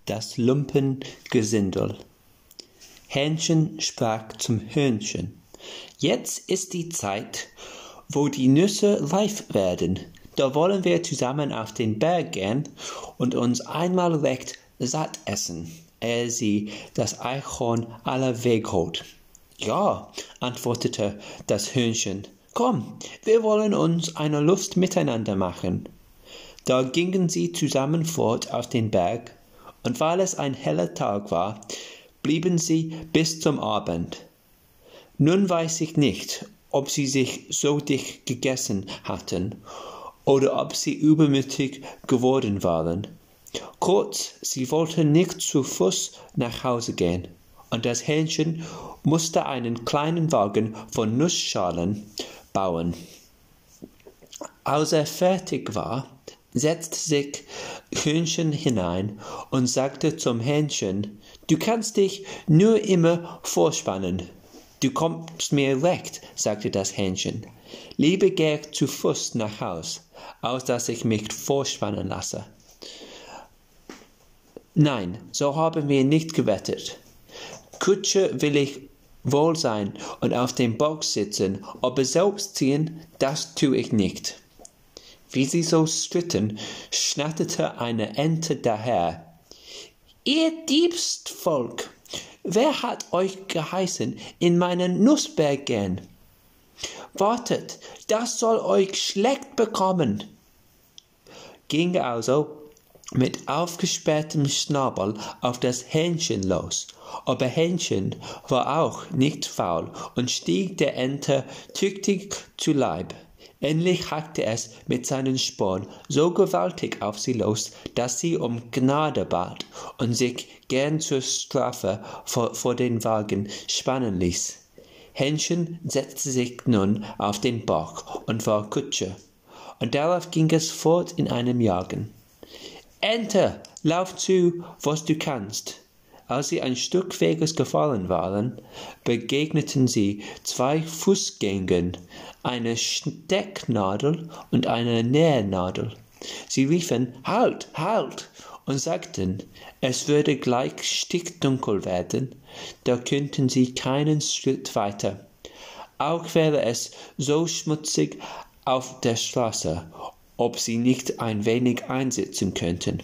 das Lumpengesindel. Hähnchen sprach zum Hühnchen: Jetzt ist die Zeit, wo die Nüsse reif werden. Da wollen wir zusammen auf den Berg gehen und uns einmal recht satt essen, ehe sie das Eichhorn alle wegholt. Ja, antwortete das Hühnchen, komm, wir wollen uns eine Lust miteinander machen. Da gingen sie zusammen fort auf den Berg, und weil es ein heller Tag war, blieben sie bis zum Abend. Nun weiß ich nicht, ob sie sich so dicht gegessen hatten, oder ob sie übermütig geworden waren. Kurz, sie wollten nicht zu Fuß nach Hause gehen, und das Hähnchen musste einen kleinen Wagen von Nussschalen bauen. Als er fertig war, setzte sich Hühnchen hinein und sagte zum Hähnchen: Du kannst dich nur immer vorspannen. Du kommst mir recht, sagte das Hähnchen. Lieber gehe ich zu Fuß nach Haus, als dass ich mich vorspannen lasse. Nein, so haben wir nicht gewettet. Kutscher will ich wohl sein und auf dem Bock sitzen, aber selbst ziehen, das tue ich nicht. Wie sie so stritten, schnatterte eine Ente daher. Ihr Diebsvolk! Wer hat euch geheißen, in meinen Nussberg gehen? Wartet, das soll euch schlecht bekommen. Ging also mit aufgesperrtem Schnabel auf das Hähnchen los. Aber Hähnchen war auch nicht faul und stieg der Ente tüchtig zu Leib. Endlich hackte es mit seinen Sporen so gewaltig auf sie los, dass sie um Gnade bat und sich gern zur Strafe vor den Wagen spannen ließ. Hähnchen setzte sich nun auf den Bock und war Kutscher, und darauf ging es fort in einem Jagen. »Ente, lauf zu, was du kannst!« Als sie ein Stück Weges gefahren waren, begegneten sie zwei Fußgängern, eine Stecknadel und eine Nähnadel. Sie riefen »Halt, halt!« und sagten, es würde gleich stickdunkel werden, da könnten sie keinen Schritt weiter. Auch wäre es so schmutzig auf der Straße, ob sie nicht ein wenig einsitzen könnten.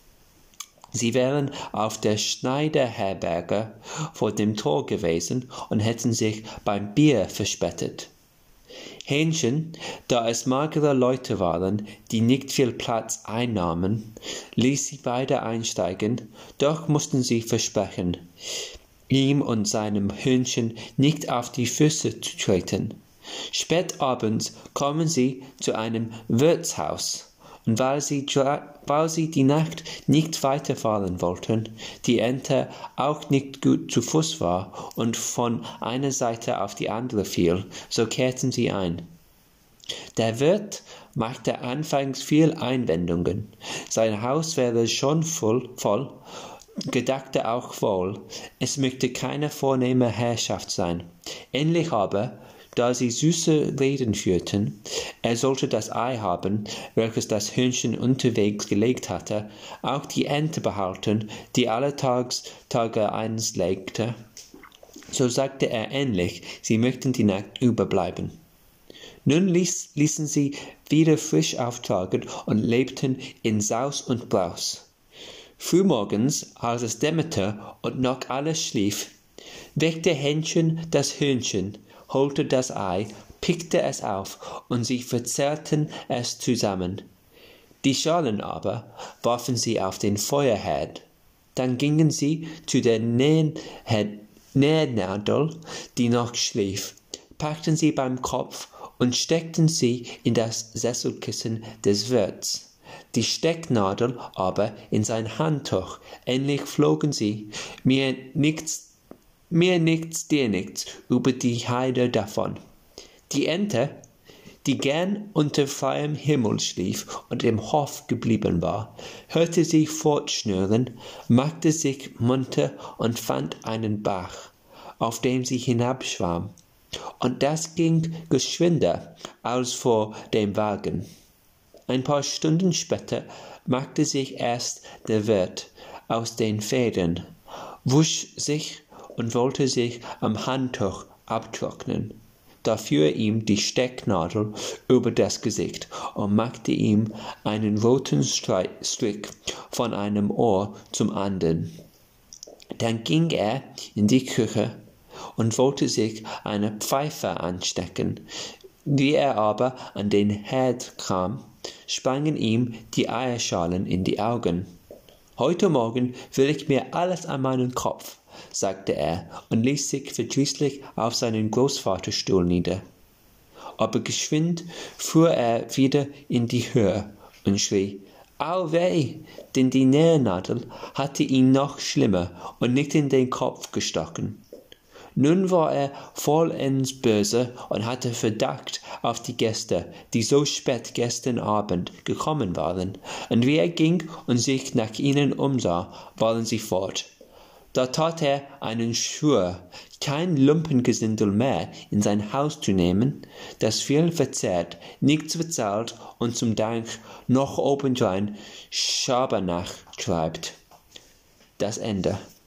Sie wären auf der Schneiderherberge vor dem Tor gewesen und hätten sich beim Bier verspätet. Hähnchen, da es magere Leute waren, die nicht viel Platz einnahmen, ließ sie beide einsteigen, doch mussten sie versprechen, ihm und seinem Hühnchen nicht auf die Füße zu treten. Spät abends kommen sie zu einem Wirtshaus, und weil sie die Nacht nicht weiterfahren wollten, die Ente auch nicht gut zu Fuß war und von einer Seite auf die andere fiel, so kehrten sie ein. Der Wirt machte anfangs viel Einwendungen. Sein Haus wäre schon voll, gedachte auch wohl, es möchte keine vornehme Herrschaft sein. Endlich aber, da sie süße Reden führten, er sollte das Ei haben, welches das Hühnchen unterwegs gelegt hatte, auch die Ente behalten, die alle Tage eins legte. So sagte er endlich, sie möchten die Nacht überbleiben. Nun ließen sie wieder frisch auftragen und lebten in Saus und Braus. Frühmorgens, als es dämmerte und noch alles schlief, weckte Hähnchen das Hühnchen, holte das Ei, pickte es auf, und sie verzehrten es zusammen. Die Schalen aber warfen sie auf den Feuerherd. Dann gingen sie zu der Nähnadel, die noch schlief, packten sie beim Kopf und steckten sie in das Sesselkissen des Wirts, die Stecknadel aber in sein Handtuch. Endlich flogen sie, mir nichts, dir nichts, über die Heide davon. Die Ente, die gern unter freiem Himmel schlief und im Hof geblieben war, hörte sie fortschnurren, machte sich munter und fand einen Bach, auf dem sie hinabschwamm, und das ging geschwinder als vor dem Wagen. Ein paar Stunden später machte sich erst der Wirt aus den Fäden, wusch sich und wollte sich am Handtuch abtrocknen. Da fuhr ihm die Stecknadel über das Gesicht und machte ihm einen roten Strick von einem Ohr zum anderen. Dann ging er in die Küche und wollte sich eine Pfeife anstecken. Wie er aber an den Herd kam, sprangen ihm die Eierschalen in die Augen. »Heute Morgen will ich mir alles an meinen Kopf«, sagte er und ließ sich verdrießlich auf seinen Großvaterstuhl nieder. Aber geschwind fuhr er wieder in die Höhe und schrie, »Au weh!«, denn die Nähnadel hatte ihn noch schlimmer und nicht in den Kopf gestochen. Nun war er vollends böse und hatte Verdacht auf die Gäste, die so spät gestern Abend gekommen waren, und wie er ging und sich nach ihnen umsah, waren sie fort. Da tat er einen Schwur, kein Lumpengesindel mehr in sein Haus zu nehmen, das viel verzehrt, nichts bezahlt und zum Dank noch obendrein Schabernack treibt. Das Ende.